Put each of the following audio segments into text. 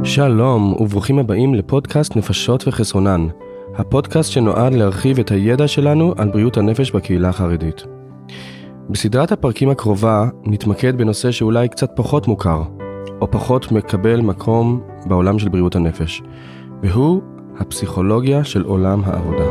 שלום וברוכים הבאים לפודקאסט נפשות וחסרונן, הפודקאסט שנועד להרחיב את הידע שלנו על בריאות הנפש בקהילה החרדית. בסדרת הפרקים הקרובה נתמקד בנושא שאולי קצת פחות מוכר, או פחות מקבל מקום בעולם של בריאות הנפש, והוא הפסיכולוגיה של עולם העבודה.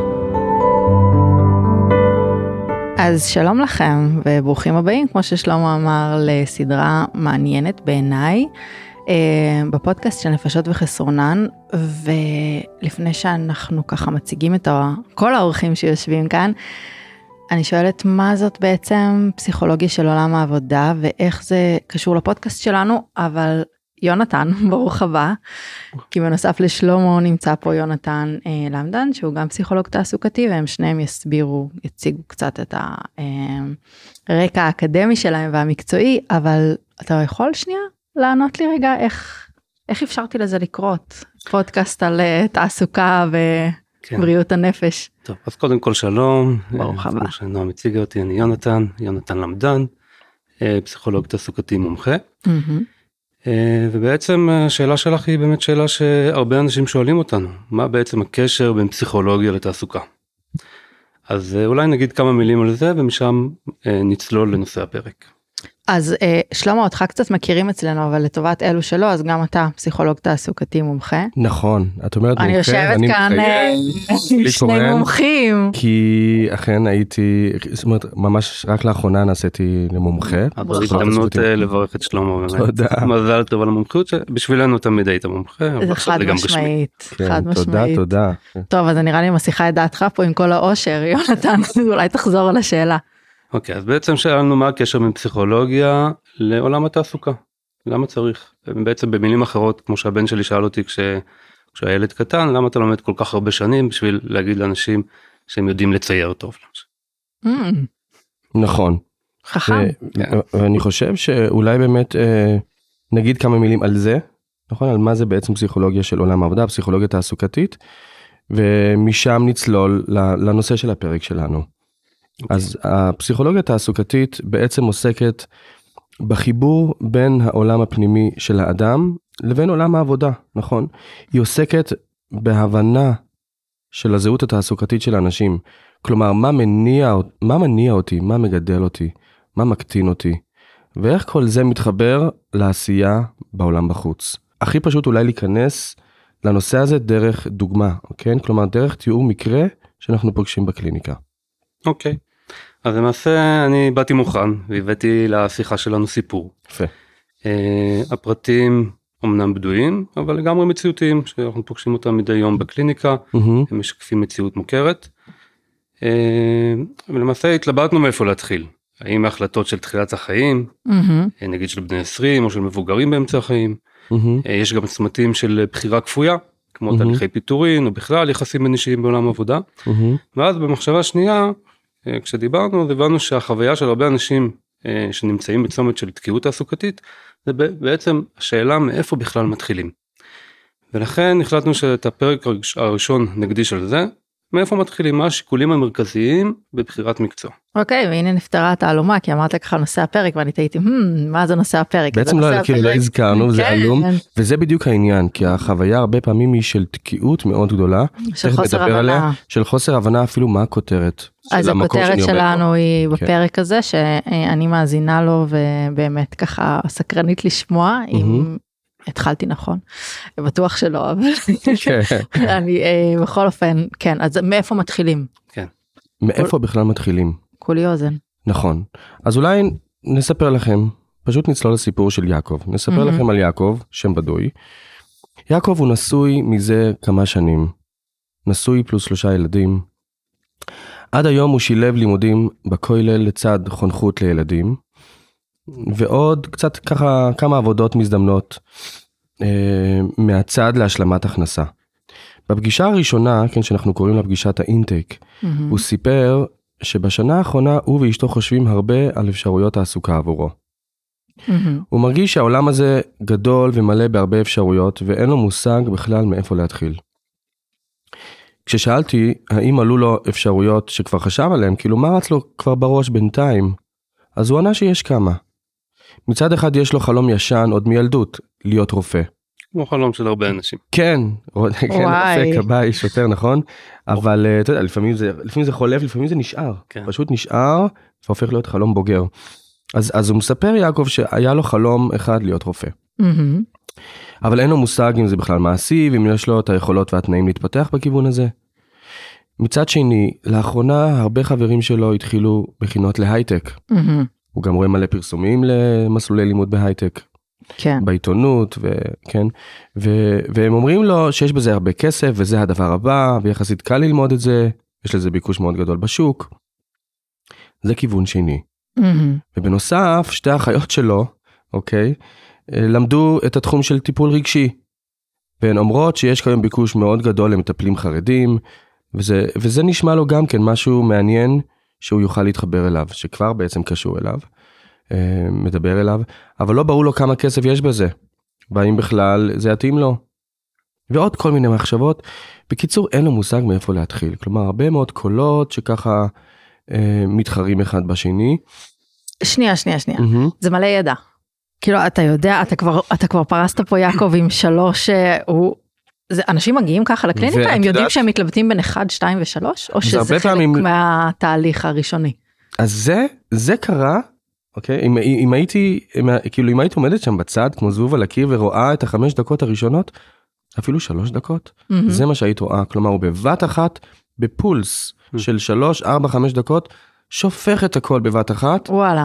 אז שלום לכם וברוכים הבאים, כמו ששלמה אמר, לסדרה מעניינת בעיניי, בפודקאסט של נפשות וחסרונן. ולפני שאנחנו ככה מציגים את כל האורחים שיושבים כאן, אני שואלת מה זאת בעצם פסיכולוגיה של עולם העבודה ואיך זה קשור לפודקאסט שלנו. אבל יונתן, ברוך הבא, כי בנוסף לשלמה נמצא פה יונתן למדן, שהוא גם פסיכולוג תעסוקתי, והם שניהם יציגו קצת את הרקע האקדמי שלהם והמקצועי. אבל אתה יכול שנייה לענות לי רגע איך אפשרתי לזה לקרות? פודקאסט על תעסוקה ובריאות הנפש. טוב, אז קודם כל שלום. ברוך הבא. כמו שנועם הציגה אותי, אני יונתן למדן, פסיכולוג תעסוקתי מומחה. ובעצם השאלה שלך היא באמת שאלה שהרבה אנשים שואלים אותנו, מה בעצם הקשר בין פסיכולוגיה לתעסוקה? אז אולי נגיד כמה מילים על זה, ומשם נצלול לנושא הפרק. אז שלמה, אותך קצת מכירים אצלנו, אבל לטובת אלו שלא, אז גם אתה פסיכולוג תעסוקתי מומחה. נכון, את אומרת מומחה. אני יושבת כאן שני מומחים. כי אכן הייתי, זאת אומרת, ממש רק לאחרונה נעשיתי למומחה. אבל הזדמנות לברך את שלמה. תודה. מזל טוב על המומחיות, שבשבילנו תמיד היית מומחה. זה חד משמעית, חד משמעית. תודה. טוב, אז נראה לי משיחה את דעתך פה עם כל האושר, יונתן, אולי תחזור על השאלה. אוקיי, אז בעצם שאלנו מה הקשר בין פסיכולוגיה לעולם התעסוקה. למה צריך? בעצם במילים אחרות, כמו שהבן שלי שאל אותי כשהיה ילד קטן, למה אתה לומד כל כך הרבה שנים בשביל להגיד לאנשים שהם יודעים לצייר טוב? נכון. חכם. ואני חושב שאולי באמת נגיד כמה מילים על זה, נכון? על מה זה בעצם פסיכולוגיה של עולם העבודה, פסיכולוגיה תעסוקתית, ומשם נצלול לנושא של הפרק שלנו. אז הפסיכולוגיה התעסוקתית בעצם עוסקת בחיבור בין העולם הפנימי של האדם לבין עולם העבודה, נכון? היא עוסקת בהבנה של הזהות התעסוקתית של האנשים. כלומר, מה מניע אותי, מה מגדל אותי, מה מקטין אותי, ואיך כל זה מתחבר לעשייה בעולם בחוץ. הכי פשוט אולי להיכנס לנושא הזה דרך דוגמה, אוקיי? כלומר, דרך תיאור מקרה שאנחנו פוגשים בקליניקה. אוקיי. אז למעשה אני באתי מוכן והבאתי לשיחה שלנו סיפור. יפה. הפרטים אמנם בדויים, אבל לגמרי מציאותיים, שאנחנו פוגשים אותם מדי יום בקליניקה, הם משקפים מציאות מוכרת. ולמעשה התלבטנו מאיפה להתחיל. האם ההחלטות של תחילת החיים, נגיד של בני 20 או של מבוגרים באמצע החיים, יש גם צמתים של בחירה כפויה, כמו תהליכי פיטורין או בכלל יחסים בין אישיים בעולם העבודה. ואז במחשבה שנייה, כשדיברנו, הבנו שהחוויה של הרבה אנשים שנמצאים בצומת של תקיעות תעסוקתית, זה בעצם השאלה מאיפה בכלל מתחילים. ולכן החלטנו שאת הפרק הראשון נקדיש על זה, מאיפה מתחילים, מה השיקולים המרכזיים בבחירת מקצוע. אוקיי, והנה נפתרה התעלומה, כי אמרת לך נושא הפרק, ואני תהיתי, מה זה נושא הפרק? בעצם לא הזכרנו, זה עלום, וזה בדיוק העניין, כי החוויה הרבה פעמים היא של תקיעות מאוד גדולה, של חוסר הבנה. של חוסר הבנה אפילו מה הכותרת. אז הכותרת שלנו היא בפרק הזה, שאני מאזינה לו, ובאמת ככה סקרנית לשמוע, אם התחלתי נכון, בטוח שלא, אבל אני בכל אופן, כן, אז מאיפה מתחילים? כן. מאיפה בכלל מתחילים? כולי אוזן. נכון. אז אולי נספר לכם, פשוט נצלול לסיפור של יעקב. נספר לכם על יעקב, שם בדוי. יעקב הוא נשוי מזה כמה שנים. נשוי פלוס 3 ילדים. עד היום הוא שילב לימודים בכולל לצד חונכות לילדים. ועוד קצת ככה כמה עבודות מזדמנות מהצד להשלמת הכנסה. בפגישה הראשונה, כן, שאנחנו קוראים לה פגישת האינטייק, הוא סיפר שבשנה האחרונה הוא ואשתו חושבים הרבה על אפשרויות תעסוקה עבורו. הוא מרגיש שהעולם הזה גדול ומלא בהרבה אפשרויות, ואין לו מושג בכלל מאיפה להתחיל. כששאלתי האם עלו לו אפשרויות שכבר חשב עליהם, כאילו מה רץ לו כבר בראש בינתיים, אז הוא ענה שיש כמה. מצד אחד יש לו חלום ישן עוד מילדות, להיות רופא. כמו חלום של הרבה אנשים. כן, רופא, כבאי, שוטר, נכון? אבל אתה יודע, לפעמים זה חולף, לפעמים זה נשאר. פשוט נשאר, והופך להיות חלום בוגר. אז הוא מספר יעקב שהיה לו חלום אחד להיות רופא. אבל אין לו מושג אם זה בכלל מעשי, ואם יש לו את היכולות והתנאים להתפתח בכיוון הזה. מצד שני, לאחרונה הרבה חברים שלו התחילו מכינות להייטק. הוא גם רואה מלא פרסומים למסלולי לימוד בהייטק. כן. בעיתונות, וכן. והם אומרים לו שיש בזה הרבה כסף, וזה הדבר הבא, ויחסית קל ללמוד את זה, יש לזה ביקוש מאוד גדול בשוק. זה כיוון שני. ובנוסף, שתי האחיות שלו, אוקיי, למדו את התחום של טיפול רגשי. והן אומרות שיש כיום ביקוש מאוד גדול למטפלים חרדים, וזה נשמע לו גם כן משהו מעניין שהוא יוכל להתחבר אליו, שכבר בעצם קשור אליו, מדבר אליו, אבל לא ברור לו כמה כסף יש בזה, והאם בכלל זה יתאים לו. ועוד כל מיני מחשבות. בקיצור, אין לו מושג מאיפה להתחיל. כלומר, הרבה מאוד קולות שככה מתחרים אחד בשני. שנייה. זה מלא ידע. כאילו, אתה יודע, אתה כבר פרסת פה יעקב עם 3, אנשים מגיעים ככה לקליניקה, הם יודעים שהם מתלבטים בין 1, 2 ו3, או שזה חלק מהתהליך הראשוני? אז זה קרה, אוקיי? אם הייתי עומדת שם בצד, כמו זבוב על הקיר, ורואה את 5 דקות הראשונות, אפילו 3 דקות, זה מה שהיית רואה. כלומר, הוא בבת אחת, בפולס של 3, 4, 5 דקות, שופך את הכל בבת אחת. וואלה.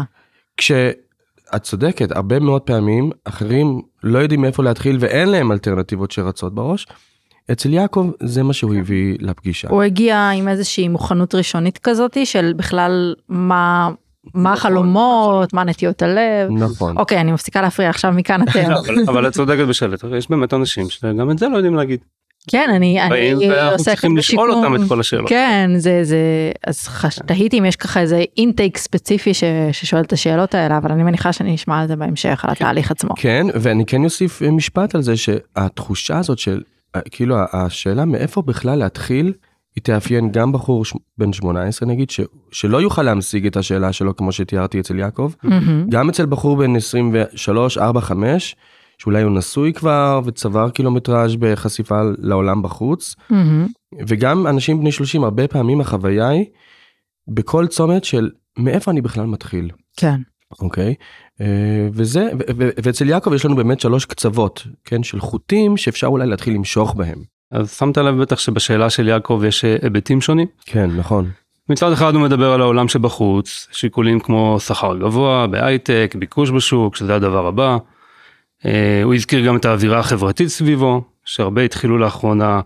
את צודקת, הרבה מאוד פעמים, אחרים לא יודעים מאיפה להתחיל, ואין להם אלטרנטיבות שרצות בראש. אצל יעקב, זה מה שהוא הביא לפגישה. הוא הגיע עם איזושהי מוכנות ראשונית כזאת, של בכלל מה החלומות, מה נטיות הלב. נכון. אוקיי, אני מפסיקה להפריע עכשיו מכאן אתם. אבל את צודקת בשלט, יש באמת אנשים שגם את זה לא יודעים להגיד. כן, אני ואנחנו צריכים לשאול אותם את כל השאלות. כן, אז תהיתי אם יש ככה איזה אינטייק ספציפי ששואל את השאלות האלה, אבל אני מניחה שאני אשמע על זה בהמשך, על התהליך עצמו. כן, ואני כן אוסיף משפט על זה, שהתחושה הזאת של, כאילו השאלה מאיפה בכלל להתחיל, היא תאפיין גם בחור בן 18 נגיד, שלא יוכל להמשיג את השאלה שלו, כמו שתיארתי אצל יעקב, גם אצל בחור בן 23, 4, 5, שאולי הוא נשוי כבר וצבר קילומטראז' בחשיפה לעולם בחוץ, וגם אנשים בני 30, הרבה פעמים החוויה היא בכל צומת של מאיפה אני בכלל מתחיל. כן. אוקיי? ואצל יעקב יש לנו באמת 3 קצוות, כן? של חוטים שאפשר אולי להתחיל למשוך בהם. אז שמת לב בטח שבשאלה של יעקב יש היבטים שונים? כן, נכון. מצד אחד הוא מדבר על העולם שבחוץ, שיקולים כמו שכר גבוה, בהייטק, ביקוש בשוק, שזה הדבר הבא. הוא הזכיר גם את האווירה החברתית סביבו, שהרבה התחילו לאחרונה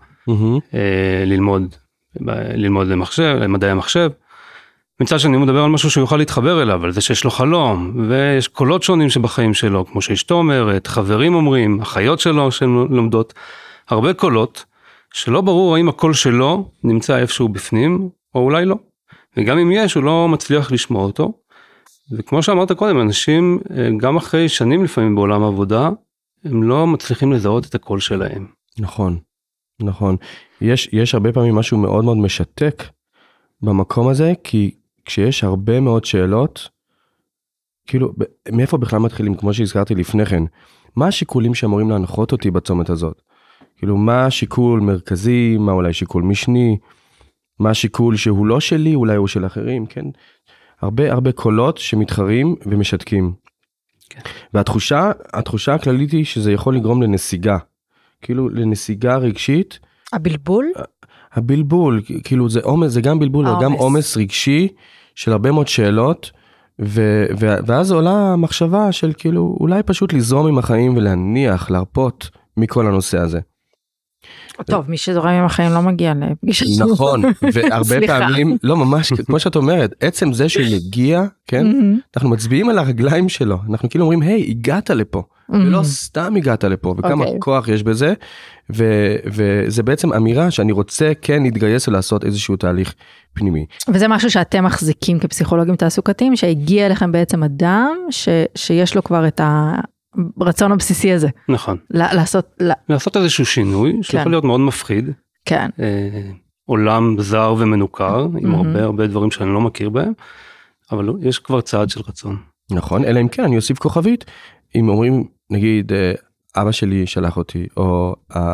ללמוד למדעי המחשב. מצד שני הוא מדבר על משהו שהוא יוכל להתחבר אליו, על זה שיש לו חלום, ויש קולות שונים שבחיים שלו, כמו שאשתו אומרת, חברים אומרים, אחיות שלו שלומדות, הרבה קולות, שלא ברור האם הקול שלו נמצא איפשהו בפנים, או אולי לא. וגם אם יש, הוא לא מצליח לשמוע אותו. וכמו שאמרת קודם, אנשים, גם אחרי שנים לפעמים בעולם העבודה, הם לא מצליחים לזהות את הקול שלהם. נכון, נכון. יש הרבה פעמים משהו מאוד מאוד משתק במקום הזה, כי כשיש הרבה מאוד שאלות, כאילו, מאיפה בכלל מתחילים, כמו שהזכרתי לפני כן, מה השיקולים שאמורים להנחות אותי בצומת הזאת? כאילו, מה השיקול מרכזי, מה אולי שיקול משני, מה השיקול שהוא לא שלי, אולי הוא של אחרים, כן? הרבה קולות שמתחרים ומשתקים. כן. והתחושה הכללית היא שזה יכול לגרום לנסיגה, כאילו לנסיגה רגשית. הבלבול, כאילו זה גם בלבול, וגם עומס רגשי של הרבה מאוד שאלות, ואז עולה המחשבה של כאילו, אולי פשוט לזרום עם החיים ולהניח, להרפות מכל הנושא הזה. טוב, מי שזורם עם החיים לא מגיע לפגישה. נכון, והרבה פעמים, לא ממש, כמו שאת אומרת, עצם זה שיגיע, כן, אנחנו מצביעים על הרגליים שלו, אנחנו כאילו אומרים, היי, הגעת לפה, ולא סתם הגעת לפה, וכמה כוח יש בזה, וזה בעצם אמירה שאני רוצה כן להתגייס ולעשות איזשהו תהליך פנימי. וזה משהו שאתם מחזיקים כפסיכולוגים תעסוקתיים, שהגיע אליכם בעצם אדם, שיש לו כבר את הרצון הבסיסי הזה. נכון. לעשות איזשהו שינוי, שיכול להיות מאוד מפחיד. כן. עולם זר ומנוכר, עם הרבה דברים שאני לא מכיר בהם, אבל יש כבר צעד של רצון. נכון, אלא אם כן, אני אוסיף כוכבית, אם אומרים, נגיד, אבא שלי שלח אותי, או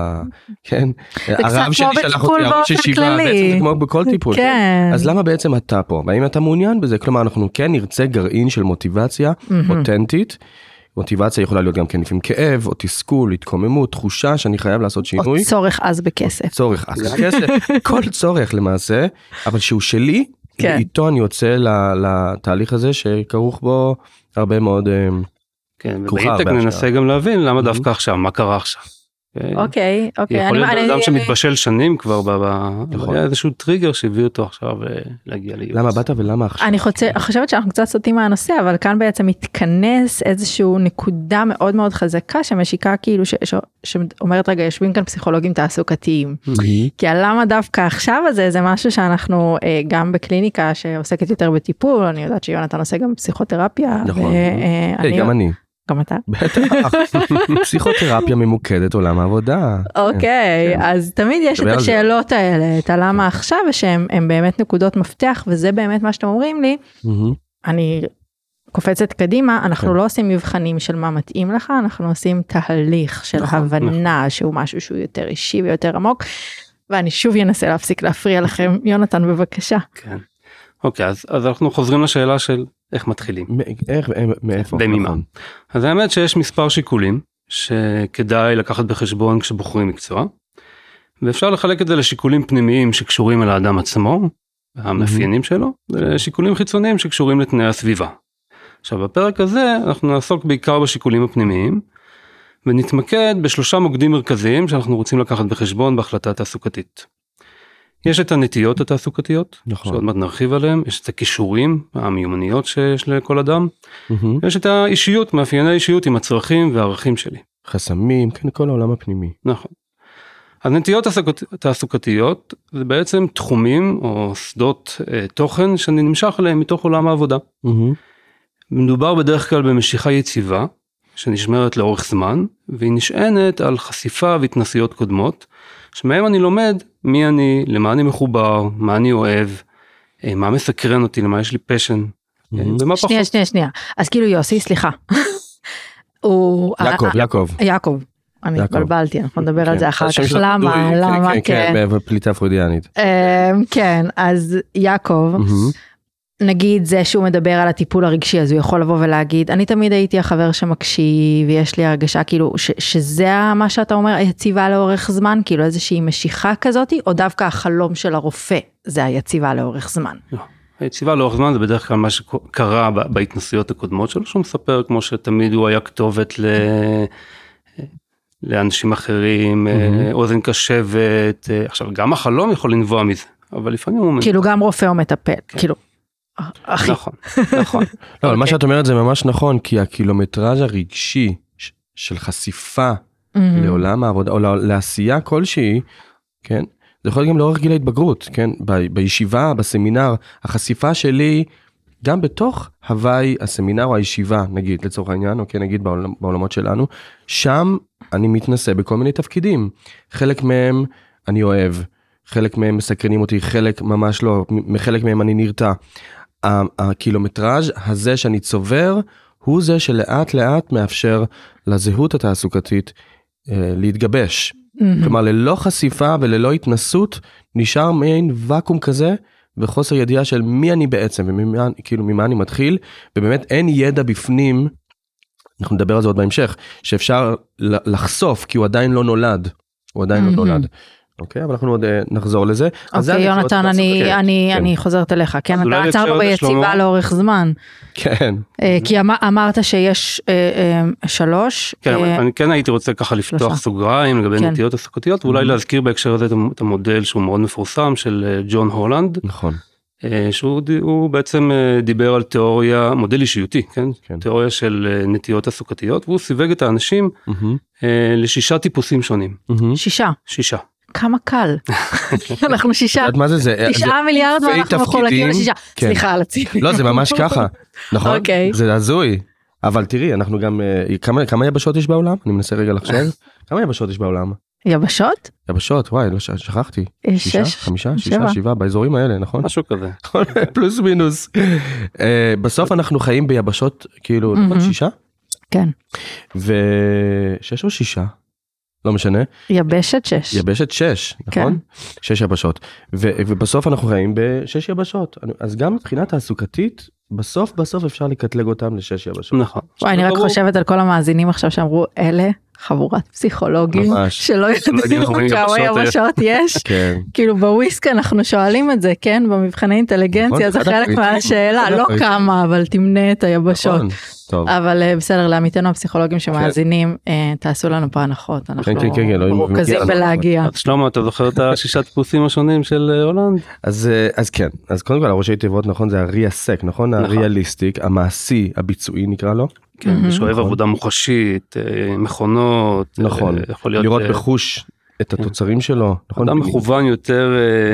כן, הרב זה שלי קצת שלח כמו אותי, בטיפול באופן כללי. בעצם זה כמו בכל טיפול. כן. אז למה בעצם אתה פה? והאם אתה מעוניין בזה? כלומר, אנחנו כן נרצה גרעין של מוטיבציה אותנטית. מוטיבציה יכולה להיות גם כן לפעמים כאב, או תסכול, התקוממות, תחושה שאני חייב לעשות שינוי. או צורך אז בכסף. צורך אז בכסף, כל צורך למעשה, אבל שהוא שלי, ואיתו אני יוצא לתהליך הזה שכרוך בו הרבה מאוד... כן, ובאינטק ננסה גם להבין למה דווקא עכשיו, מה קרה עכשיו. אוקיי. יכול להיות אדם שמתבשל שנים כבר, היה איזשהו טריגר שהביא אותו עכשיו להגיע ליוץ. למה באת ולמה עכשיו? אני חושבת שאנחנו קצת סוטים מהנושא, אבל כאן בעצם מתכנס איזשהו נקודה מאוד מאוד חזקה, שמשיקה כאילו, שאומרת רגע, יושבים כאן פסיכולוגים תעסוקתיים. כי הלמה דווקא עכשיו הזה, זה משהו שאנחנו גם בקליניקה שעוסקת יותר בטיפול, אני יודעת שיונתן עושה גם פסיכותרפיה. נכון, גם אני. גם אתה? בטח, פסיכותרפיה ממוקדת עולם העבודה. אוקיי, אז תמיד יש את השאלות האלה, את הלמה עכשיו, שהן באמת נקודות מפתח, וזה באמת מה שאתם אומרים לי, אני קופצת קדימה, אנחנו לא עושים מבחנים של מה מתאים לך, אנחנו עושים תהליך של הבנה, שהוא משהו שהוא יותר אישי ויותר עמוק, ואני שוב אנסה להפסיק להפריע לכם, יונתן בבקשה. כן, אוקיי, אז אנחנו חוזרים לשאלה של איך מתחילים. מאיפה? במימה. אז האמת שיש מספר שיקולים שכדאי לקחת בחשבון כשבוחרים מקצוע, ואפשר לחלק את זה לשיקולים פנימיים שקשורים אל האדם עצמו, המאפיינים שלו, ולשיקולים חיצוניים שקשורים לתנאי הסביבה. עכשיו בפרק הזה אנחנו נעסוק בעיקר בשיקולים הפנימיים, ונתמקד בשלושה מוקדים מרכזיים שאנחנו רוצים לקחת בחשבון בהחלטה תעסוקתית. יש את הנטיות התעסוקתיות, שעוד מעט נרחיב עליהם, יש את הכישורים, המיומנויות שיש לכל אדם, יש את האישיות, מאפייני האישיות עם הצרכים והערכים שלי. חסמים, כן, כל העולם הפנימי. נכון. אז נטיות תעסוקתיות זה בעצם תחומים או שדות תוכן שאני נמשך עליהם מתוך עולם העבודה. מדובר בדרך כלל במשיכה יציבה, שנשמרת לאורך זמן, והיא נשענת על חשיפה והתנסויות קודמות, שמהם אני לומד מי אני, למה אני מחובר, מה אני אוהב, מה מסקרן אותי, למה יש לי פשן, ומה פחות. שנייה. אז כאילו יוסי, סליחה. יעקב. אני התבלבלתי, אנחנו נדבר על זה אחר כך. למה, כן. בפליטה פרוידיאנית. כן, אז יעקב, נגיד זה שהוא מדבר על הטיפול הרגשי, אז הוא יכול לבוא ולהגיד, אני תמיד הייתי החבר שמקשיב, ויש לי הרגשה כאילו, שזה מה שאתה אומר, היציבה לאורך זמן, כאילו איזושהי משיכה כזאת, או דווקא החלום של הרופא, זה היציבה לאורך זמן. היציבה לאורך זמן זה בדרך כלל מה שקרה בהתנסויות הקודמות שלו, שהוא מספר כמו שתמיד הוא היה כתובת לאנשים אחרים, אוזן קשבת, עכשיו גם החלום יכול לנבוע מזה, אבל לפעמים הוא... כאילו גם רופא או מטפל, כאילו... אחי. נכון. לא, אבל מה שאת אומרת זה ממש נכון, כי הקילומטראז' הרגשי של חשיפה לעולם העבודה, או לעשייה כלשהי, כן, זה יכול להיות גם לאורך גיל ההתבגרות, כן, בישיבה, בסמינר, החשיפה שלי, גם בתוך הוואי הסמינר או הישיבה, נגיד, לצורך העניין, או כן, נגיד בעולמות שלנו, שם אני מתנסה בכל מיני תפקידים, חלק מהם אני אוהב, חלק מהם מסקרנים אותי, חלק ממש לא, מחלק מהם אני נרתע. הקילומטראז' הזה שאני צובר, הוא זה שלאט לאט מאפשר לזהות התעסוקתית להתגבש. כלומר, ללא חשיפה וללא התנסות, נשאר מעין וקום כזה, וחוסר ידיעה של מי אני בעצם, וכאילו ממה אני מתחיל, ובאמת אין ידע בפנים, אנחנו נדבר על זה עוד בהמשך, שאפשר לחשוף, כי הוא עדיין לא נולד. הוא עדיין לא נולד. אוקיי, אבל אנחנו עוד נחזור לזה. אוקיי, יונתן, אני חוזרת אליך, כן, אתה עצרנו ביציבה לאורך זמן. כן. כי אמרת שיש 3. כן, אני כן הייתי רוצה ככה לפתוח סוגריים לגבי נטיות תעסוקתיות, ואולי להזכיר בהקשר הזה את המודל שהוא מאוד מפורסם של ג'ון הולנד. נכון. שהוא בעצם דיבר על תיאוריה, מודל אישיותי, כן? תיאוריה של נטיות תעסוקתיות, והוא סיווג את האנשים ל6 טיפוסים שונים. 6. כמה קל. אנחנו 6. מה זה? 9 מיליארד ואנחנו מחולקים ל6. סליחה על הציבי. לא, זה ממש ככה. נכון? זה הזוי. אבל תראי, אנחנו גם, כמה יבשות יש בעולם? אני מנסה רגע לחשוב. כמה יבשות יש בעולם? יבשות? יבשות, וואי, לא שכחתי. 6, 5, 6, 7, באזורים האלה, נכון? משהו כזה. פלוס מינוס. בסוף אנחנו חיים ביבשות, כאילו, 6? כן. 6 או 6, לא משנה. יבשת 6. יבשת 6, נכון? 6 יבשות. ובסוף אנחנו חיים ב6 יבשות. אז גם מבחינה תעסוקתית, בסוף אפשר לקטלג אותם ל6 יבשות. נכון. וואי, אני רק חושבת על כל המאזינים עכשיו שאמרו, אלה חבורת פסיכולוגים, שלא יודעים כמה יבשות יש. כאילו בוויסק אנחנו שואלים את זה, כן? במבחני אינטליגנציה, זה חלק מהשאלה, לא כמה, אבל תמנה את היבשות. אבל בסדר, לעמיתנו הפסיכולוגים שמאזינים, תעשו לנו פה הנחות, אנחנו מרוכזים בלהגיע. שלמה, אתה זוכר את 6 דפוסים השונים של הולנד? אז כן, אז קודם כל הראשי תיבות, נכון, זה הריאסק, נכון? הריאליסטיק, המעשי, הביצועי נקרא לו. כן, שואב עבודה מוחשית, מכונות. נכון, לראות בחוש את התוצרים שלו. אדם מכוון יותר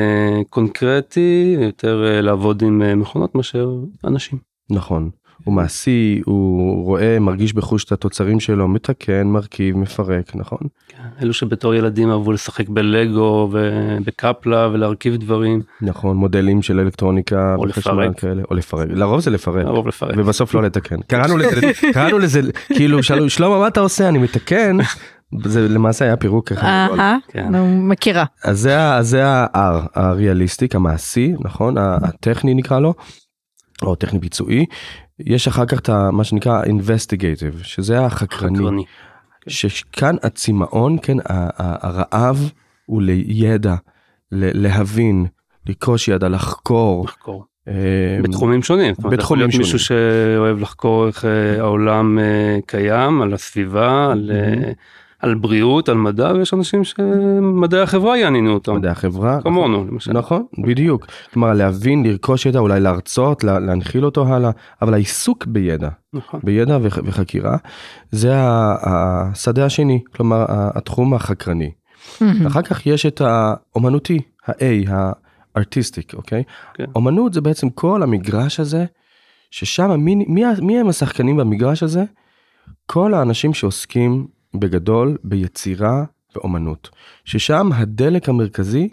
קונקרטי, יותר לעבוד עם מכונות מאשר אנשים. נכון. הוא מעשי, הוא רואה, מרגיש בחוש את התוצרים שלו, מתקן, מרכיב, מפרק, נכון? כן, אלו שבתור ילדים אהבו לשחק בלגו ובקפלה ולהרכיב דברים. נכון, מודלים של אלקטרוניקה. או לפרק. כאלה, או לפרק. לרוב זה לפרק. לרוב לפרק. ובסוף לא לתקן. קראנו לזה, כאילו, שלמה, מה אתה עושה? אני מתקן. זה למעשה היה פירוק ככה. מכירה. אז זה הריאליסטיק, המעשי, נכון? הטכני נקרא לו, או טכני ביצועי. יש אחר כך את מה שנקרא investigative, שזה החקרני. שכאן הצמאון, כן, הרעב הוא לידע, להבין, לקרוש ידע, לחקור. בתחומים שונים. בתחומים שונים. מישהו שאוהב לחקור איך העולם קיים, על הסביבה, על בריאות, על מדע, ויש אנשים שמדעי החברה יעניינו אותם. מדעי החברה. כמונו, למשל. נכון, בדיוק. כלומר, להבין, לרכוש ידע, אולי להרצות, להנחיל אותו הלאה, אבל העיסוק בידע, בידע וחקירה, זה השדה השני, כלומר, התחום החקרני. אחר כך יש את האומנותי, הארטיסטיק, אוקיי? אומנות זה בעצם כל המגרש הזה, ששם, מי הם השחקנים במגרש הזה? כל האנשים שעוסקים בגדול ביצירה ואומנות, ששם הדלק המרכזי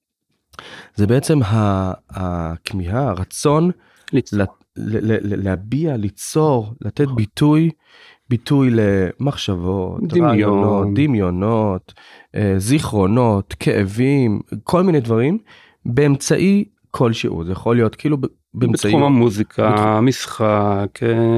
זה בעצם הכמיהה, הרצון להביע, ליצור, לתת ביטוי למחשבות, דמיונות, זיכרונות, כאבים, כל מיני דברים, באמצעי כלשהו. זה יכול להיות כאילו באמצעי... בתחום המוזיקה, משחק,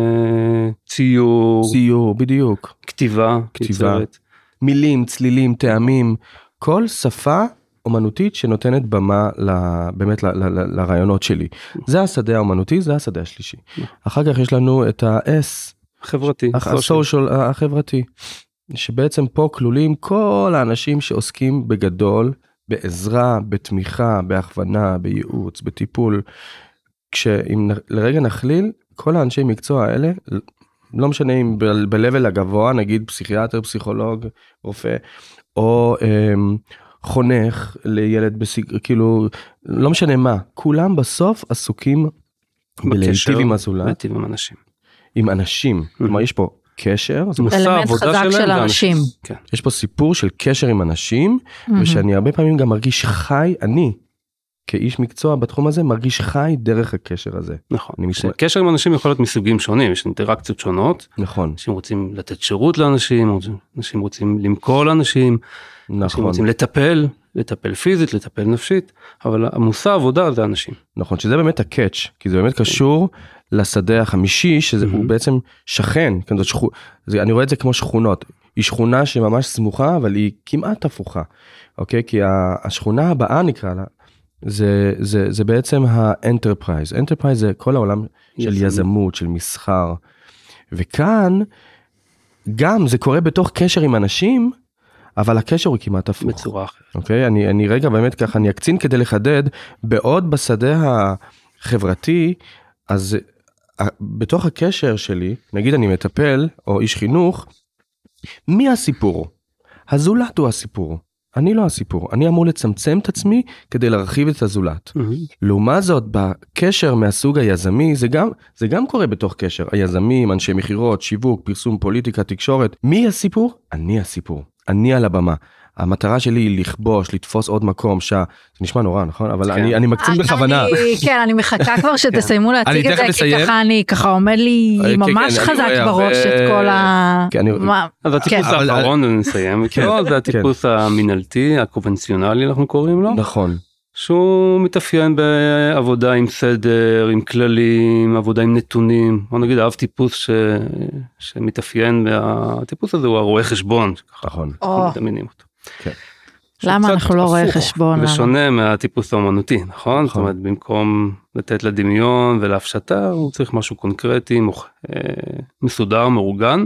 ציור, בדיוק. כתיבה, מילים, צלילים, טעמים, כל שפה אומנותית שנותנת במה באמת לרעיונות שלי. זה השדה האומנותי, זה השדה השלישי. אחר כך יש לנו את ה-S, הסושיאל החברתי, שבעצם פה כלולים כל האנשים שעוסקים בגדול, בעזרה, בתמיכה, בהכוונה, בייעוץ, בטיפול. כשאם לרגע נכליל, כל האנשי מקצוע האלה, לא משנה אם ב-level הגבוה, נגיד פסיכיאטר, פסיכולוג, רופא, או חונך לילד, כאילו, לא משנה מה, כולם בסוף עסוקים בלהיטיב עם הזולת. להיטיב עם אנשים. עם אנשים, כלומר יש פה קשר. אלמנט חזק של אנשים. יש פה סיפור של קשר עם אנשים, ושאני הרבה פעמים גם מרגיש חי, אני, כאיש מקצוע בתחום הזה, מרגיש חי דרך הקשר הזה. נכון. קשר עם אנשים יכול להיות מסוגים שונים, יש אינטראקציות שונות. נכון. אנשים רוצים לתת שירות לאנשים, אנשים רוצים למכור לאנשים, אנשים רוצים לטפל פיזית, לטפל נפשית, אבל המושא העבודה זה אנשים. נכון, שזה באמת הקאץ', כי זה באמת קשור לשדה החמישי, שזה הוא בעצם שכן, אני רואה את זה כמו שכונות, היא שכונה שממש סמוכה, אבל היא כמעט הפוכה, אוקיי? כי השכונה הבאה נקרא לה, זה בעצם האנטרפרייז. אנטרפרייז זה כל העולם של יזמות, של מסחר. וכאן, גם זה קורה בתוך קשר עם אנשים, אבל הקשר הוא כמעט הפוך. בצורה אחרת. אוקיי? אני רגע באמת ככה, אני אקצין כדי לחדד, בעוד בשדה החברתי, אז בתוך הקשר שלי, נגיד אני מטפל, או איש חינוך, מי הסיפור? הזולת הוא הסיפור. אני לא הסיפור, אני אמור לצמצם את עצמי כדי להרחיב את הזולת. לעומת זאת, בקשר מהסוג היזמי, זה גם קורה בתוך קשר. היזמים, אנשי מחירות, שיווק, פרסום, פוליטיקה, תקשורת. מי הסיפור? אני הסיפור. אני על הבמה. המטרה שלי היא לכבוש, לתפוס עוד מקום, זה נשמע נורא, נכון? אבל אני מקצין בכוונה. כן, אני מחכה כבר שתסיימו להציג את זה, כי ככה עומד לי ממש חזק בראש את כל ה... אז הטיפוס האחרון, נסיים, זה הטיפוס המנהלתי, הקונבנציונלי, אנחנו קוראים לו. נכון. שהוא מתאפיין בעבודה עם סדר, עם כללים, עבודה עם נתונים, או נגיד אהב טיפוס שמתאפיין, והטיפוס הזה הוא הרואה חשבון, נכון. מדמיינים אותו. כן. למה אנחנו לא רואה חשבון? ושונה מהטיפוס האומנותי, נכון? זאת אומרת, במקום לתת לדמיון ולהפשטה, הוא צריך משהו קונקרטי, מסודר, מאורגן.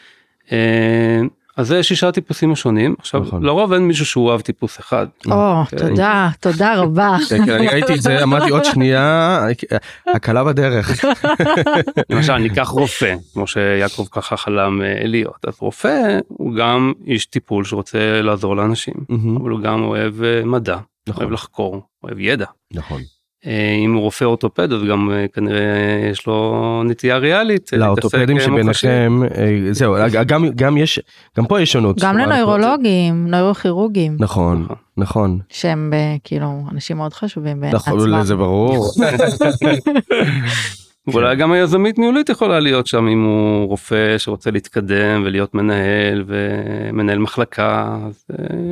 אז זה 6 טיפוסים השונים. עכשיו, לרוב אין מישהו שהוא אוהב טיפוס אחד. תודה רבה. אני ראיתי את זה, אמרתי עוד שנייה, הקלה בדרך. למשל, ניקח רופא, כמו שיעקב ככה חלם להיות. אז רופא הוא גם איש טיפול שרוצה לעזור לאנשים, אבל הוא גם אוהב מדע, אוהב לחקור, אוהב ידע. נכון. אם הוא רופא אורתופד, אז גם כנראה יש לו נטייה ריאלית. לאורתופדים שביניכם, זהו, גם פה יש שונות. גם לנוירולוגים, נוירוכירורגים. נכון, נכון. שהם כאילו אנשים מאוד חשובים בעצמם. נכון, זה ברור. ואולי גם היזמית ניהולית יכולה להיות שם, אם הוא רופא שרוצה להתקדם ולהיות מנהל ומנהל מחלקה, אז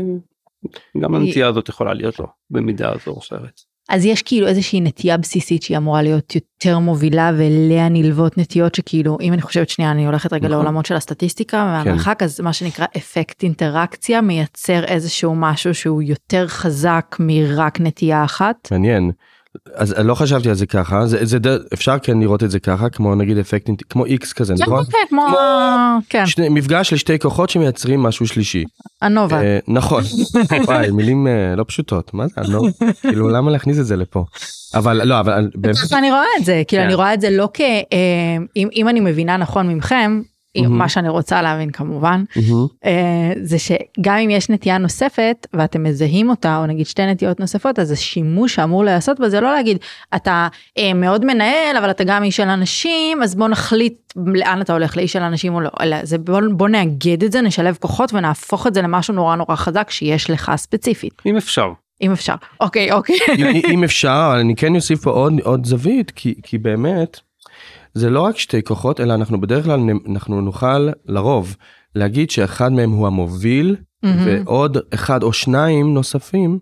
גם הנטייה הזאת יכולה להיות לו במידה הזו או אחרת. אז יש כאילו איזושהי נטייה בסיסית שהיא אמורה להיות יותר מובילה, ואליה נלוות נטיות שכאילו, אם אני חושבת שנייה, אני הולכת רגע לעולמות של הסטטיסטיקה והמרחק, אז מה שנקרא אפקט אינטראקציה, מייצר איזשהו משהו שהוא יותר חזק מרק נטייה אחת. מעניין. אז לא חשבתי על זה ככה, אפשר כן לראות את זה ככה, כמו נגיד אפקט, כמו X כזה, נכון? כן. מפגש של 2 כוחות שמייצרים משהו שלישי. הנובה. נכון. וואי, מילים לא פשוטות, מה זה הנובה? כאילו, למה להכניס את זה לפה? אבל לא, אבל... אני רואה את זה, כאילו אני רואה את זה לא אם אני מבינה נכון ממכם, מה שאני רוצה להבין כמובן, זה שגם אם יש נטייה נוספת, ואתם מזהים אותה, או נגיד 2 נטיות נוספות, אז השימוש שאמור לעשות בזה, לא להגיד, אתה מאוד מנהל, אבל אתה גם איש של אנשים, אז בוא נחליט לאן אתה הולך, לאיש של אנשים או לא, אלא זה בוא נאגד את זה, נשלב כוחות, ונהפוך את זה למשהו נורא נורא חזק, שיש לך ספציפית. אם אפשר. אם אפשר, אוקיי. אם אפשר, אבל אני כן אוסיף פה עוד זווית, כי באמת, זה לא רק 2 כוחות, אלא אנחנו בדרך כלל, אנחנו נוכל לרוב להגיד שאחד מהם הוא המוביל, ועוד 1 או 2 נוספים.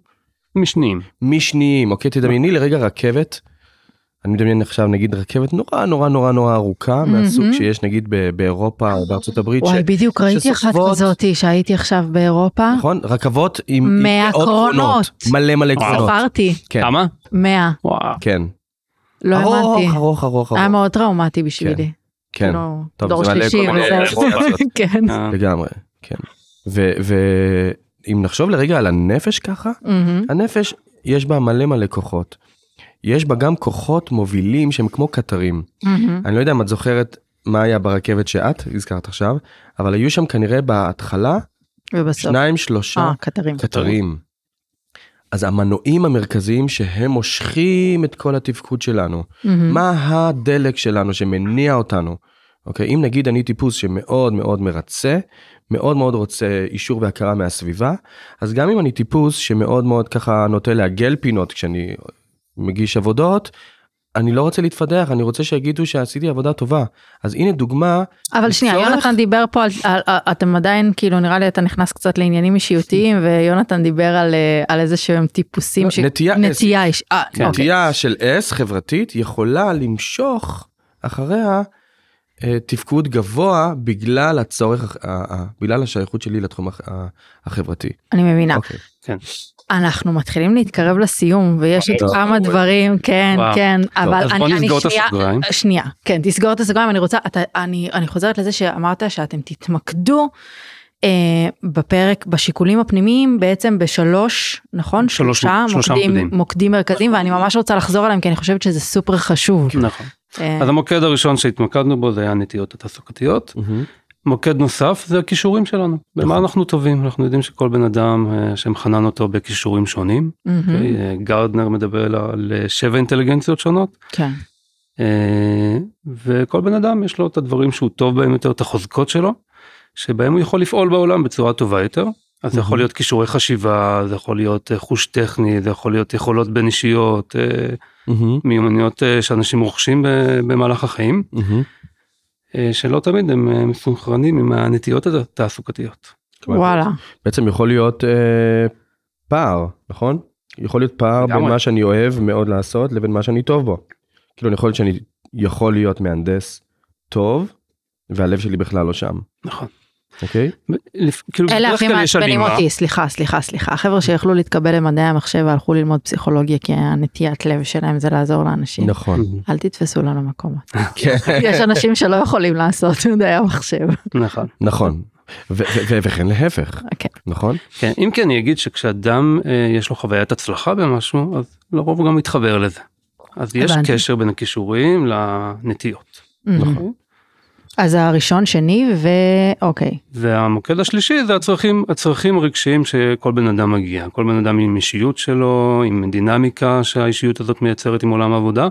משניים, אוקיי, תדמייני לרגע רכבת, אני מדמיין עכשיו נגיד רכבת נורא ארוכה, מהסוג שיש נגיד באירופה או בארצות הברית. וואי, בדיוק ראיתי אחת כזאת שהייתי עכשיו באירופה. נכון, רכבות עם 100 קרונות. מלא קרונות. ספרתי. כמה? 100. כן. לא האמנתי. ארוך. היה מאוד טראומטי בשבילי. כן. דור שלישי וזה. כן. לגמרי, כן. ואם נחשוב לרגע על הנפש ככה, הנפש יש בה מלא כוחות. יש בה גם כוחות מובילים שהם כמו קטרים. אני לא יודע אם את זוכרת מה היה ברכבת שאת הזכרת עכשיו, אבל היו שם כנראה בהתחלה 2-3 קטרים. אז המנועים המרכזיים שהם מושכים את כל התפקוד שלנו, מה הדלק שלנו שמניע אותנו? אוקיי, אם נגיד אני טיפוס שמאוד מאוד מרצה, מאוד מאוד רוצה אישור והכרה מהסביבה, אז גם אם אני טיפוס שמאוד מאוד ככה נוטה לעגל פינות כשאני מגיש עבודות, אני לא רוצה להתפדח, אני רוצה שיגידו שעשיתי עבודה טובה. אז הנה דוגמה. אבל שנייה, יונתן דיבר פה אתם עדיין, כאילו נראה לי אתה נכנס קצת לעניינים אישיותיים, ויונתן דיבר על איזה שהם טיפוסים. נטייה של S חברתית יכולה למשוך אחריה תפקוד גבוה בגלל הצורך, בגלל השייכות שלי לתחום החברתי. אני מבינה. כן. אנחנו מתחילים להתקרב לסיום, ויש עוד כמה דברים, כן, אבל אז בוא נסגור את הסגריים. שנייה, כן, תסגור את הסגריים, אני חוזרת לזה שאמרת שאתם תתמקדו בפרק, בשיקולים הפנימיים, בעצם בשלוש, נכון? 3 מוקדים מרכזיים, ואני ממש רוצה לחזור עליהם, כי אני חושבת שזה סופר חשוב. נכון. אז המוקד הראשון שהתמקדנו בו, זה היה הנטיות התעסוקתיות. מוקד נוסף זה הכישורים שלנו, במה אנחנו טובים, אנחנו יודעים שכל בן אדם שמחנן אותו בכישורים שונים, גרדנר מדבר על 7 אינטליגנציות שונות, וכל בן אדם יש לו את הדברים שהוא טוב בהם יותר, את החוזקות שלו, שבהם הוא יכול לפעול בעולם בצורה טובה יותר, אז זה יכול להיות כישורי חשיבה, זה יכול להיות חוש טכני, זה יכול להיות יכולות בין אישיות, מיומנויות שאנשים רוכשים במהלך החיים, שלא תמיד הם מסונכרנים עם הנטיות התעסוקתיות. וואלה. בעצם יכול להיות פער, נכון? יכול להיות פער בין מה שאני אוהב מאוד לעשות לבין מה שאני טוב בו. כאילו אני יכול להיות שאני יכול להיות מהנדס טוב, והלב שלי בכלל לא שם. נכון. אוקיי? אלה הכי מעצבנים אותי, סליחה, החבר'ה שיכלו להתקבל למדעי המחשב והלכו ללמוד פסיכולוגיה, כי הנטיית לב שלהם זה לעזור לאנשים. נכון. אל תתפסו לנו מקומות. יש אנשים שלא יכולים לעשות מדעי המחשב. נכון. וכן להפך, נכון? כן, אם כן אני אגיד שכשאדם יש לו חוויית הצלחה במשהו, אז לרוב הוא גם מתחבר לזה. אז יש קשר בין הכישורים לנטיות. נכון? אז הראשון, שני ואוקיי. והמוקד השלישי זה הצרכים הרגשיים שכל בן אדם מגיע. כל בן אדם עם אישיות שלו, עם דינמיקה שהאישיות הזאת מייצרת עם עולם העבודה.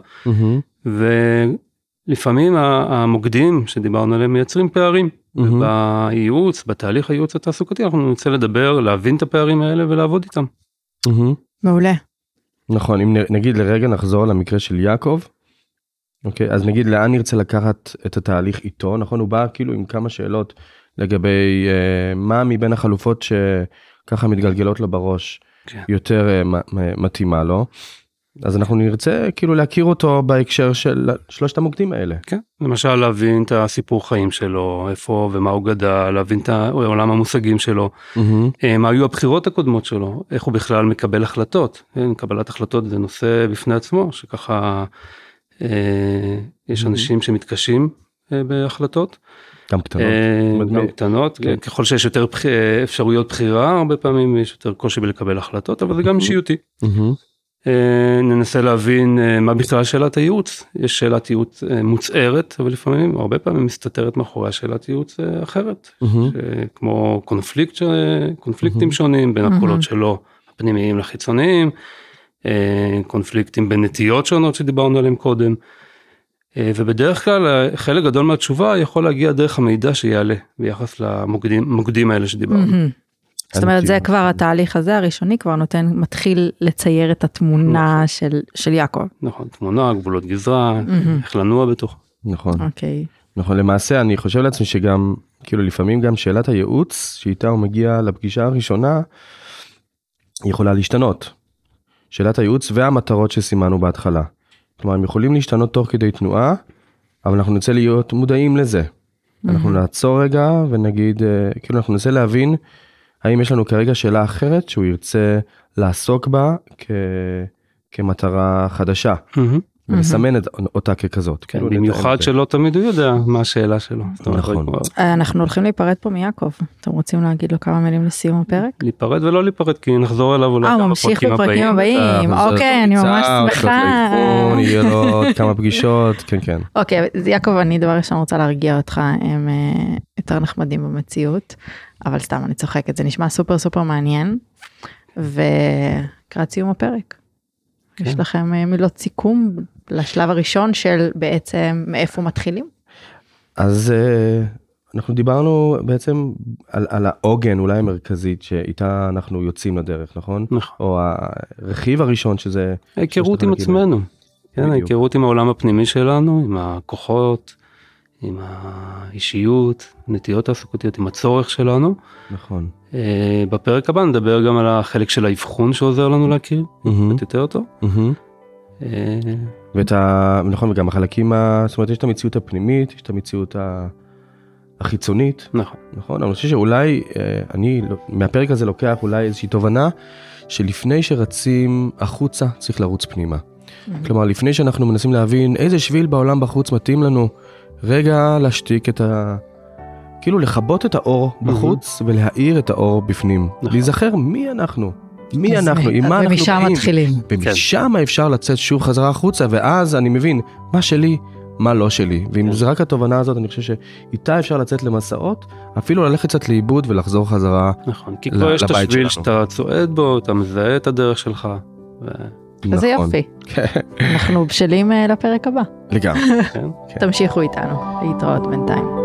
ולפעמים המוקדים שדיברנו עליהם מייצרים פערים. ובייעוץ, בתהליך הייעוץ התעסוקתי, אנחנו נרצה לדבר, להבין את הפערים האלה ולעבוד איתם. מעולה. נכון, אם נגיד לרגע נחזור למקרה של יעקב, אוקיי, אז נגיד לאן נרצה לקחת את התהליך איתו, נכון? הוא בא כאילו עם כמה שאלות לגבי מה מבין החלופות שככה מתגלגלות לו בראש יותר מתאימה לו. אז אנחנו נרצה כאילו להכיר אותו בהקשר של שלושת המוקדים האלה. כן, למשל להבין את הסיפור חיים שלו, איפה ומה הוא גדל, להבין את עולם המושגים שלו, מה היו הבחירות הקודמות שלו, איך הוא בכלל מקבל החלטות. קבלת החלטות זה נושא בפני עצמו, שככה יש אנשים שמתקשים בהחלטות. גם קטנות. גם קטנות, ככל שיש יותר אפשרויות בחירה, הרבה פעמים יש יותר קושי בלקבל החלטות, אבל זה גם אישיותי. ננסה להבין מה בכלל שאלת הייעוץ. יש שאלת ייעוץ מוצערת, אבל לפעמים, הרבה מסתתרת מאחורי שאלת ייעוץ אחרת, כמו קונפליקטים שונים בין הקולות שלו, הפנימיים לחיצוניים, קונפליקטים בין נטיות שונות שדיברנו עליהם קודם, ובדרך כלל חלק גדול מהתשובה יכול להגיע דרך המידע שיעלה ביחס למוקדים האלה שדיברנו. זאת אומרת, זה כבר התהליך הזה הראשוני, כבר מתחיל לצייר את התמונה של יעקב. נכון, תמונה, גבולות גזרה, איך לנוע בתוך. נכון. נכון, למעשה אני חושב לעצמי שגם, כאילו לפעמים גם שאלת הייעוץ, שאיתה הוא מגיע לפגישה הראשונה, היא יכולה להשתנות. שאלת הייעוץ והמטרות שסימנו בהתחלה. כלומר, הם יכולים להשתנות תוך כדי תנועה, אבל אנחנו נצא להיות מודעים לזה. אנחנו נעצור רגע ונגיד, כאילו אנחנו ננסה להבין, האם יש לנו כרגע שאלה אחרת שהוא ירצה לעסוק בה כמטרה חדשה, ולסמן אותה ככזאת. במיוחד שלא תמיד הוא יודע מה השאלה שלו. נכון. אנחנו הולכים להיפרד פה מיעקב. אתם רוצים להגיד לו כמה מילים לסיום הפרק? להיפרד ולא להיפרד, כי נחזור אליו אולי כמה ממשיך בפרקים הבאים. אוקיי, אני ממש שמחה. יהיה לו עוד כמה פגישות, כן, כן. אוקיי, יעקב, אני דבר ראשון רוצה להרגיע אותך, הם יותר נחמדים במציאות, אבל סתם אני צוחקת, זה נשמע סופר סופר מעניין, וקראת סיום הפרק. יש לכם מילות סיכום לשלב הראשון של בעצם מאיפה מתחילים? אז אנחנו דיברנו בעצם על העוגן אולי המרכזית שאיתה אנחנו יוצאים לדרך, נכון? נכון. או הרכיב הראשון שזה... ההיכרות עם עצמנו. כן, ההיכרות עם העולם הפנימי שלנו, עם הכוחות, עם האישיות, נטיות תעסוקתיות, עם הצורך שלנו. נכון. בפרק הבא נדבר גם על החלק של האבחון שעוזר לנו להכיר, קצת יותר אותו. נכון, וגם החלקים, זאת אומרת, יש את המציאות הפנימית, יש את המציאות החיצונית. נכון. נכון, אני חושב שאולי, אני מהפרק הזה לוקח אולי איזושהי תובנה, שלפני שרצים החוצה, צריך לרוץ פנימה. כלומר, לפני שאנחנו מנסים להבין איזה שביל בעולם בחוץ מתאים לנו, רגע להשתיק את כאילו לכבות את האור בחוץ ולהאיר את האור בפנים. להיזכר מי אנחנו, עם מה אנחנו באים. ומשם מתחילים. ומשם אפשר לצאת שוב חזרה החוצה, ואז אני מבין מה שלי, מה לא שלי. ואם זה רק התובנה הזאת, אני חושב שאיתה אפשר לצאת למסעות, אפילו ללכת קצת לאיבוד ולחזור חזרה לבית שלנו. נכון, כי כבר יש את השביל שאתה צועד בו, אתה מזהה את הדרך שלך. זה יופי. אנחנו בשלים לפרק הבא. לגמרי. תמשיכו איתנו, להתראות בינתיים.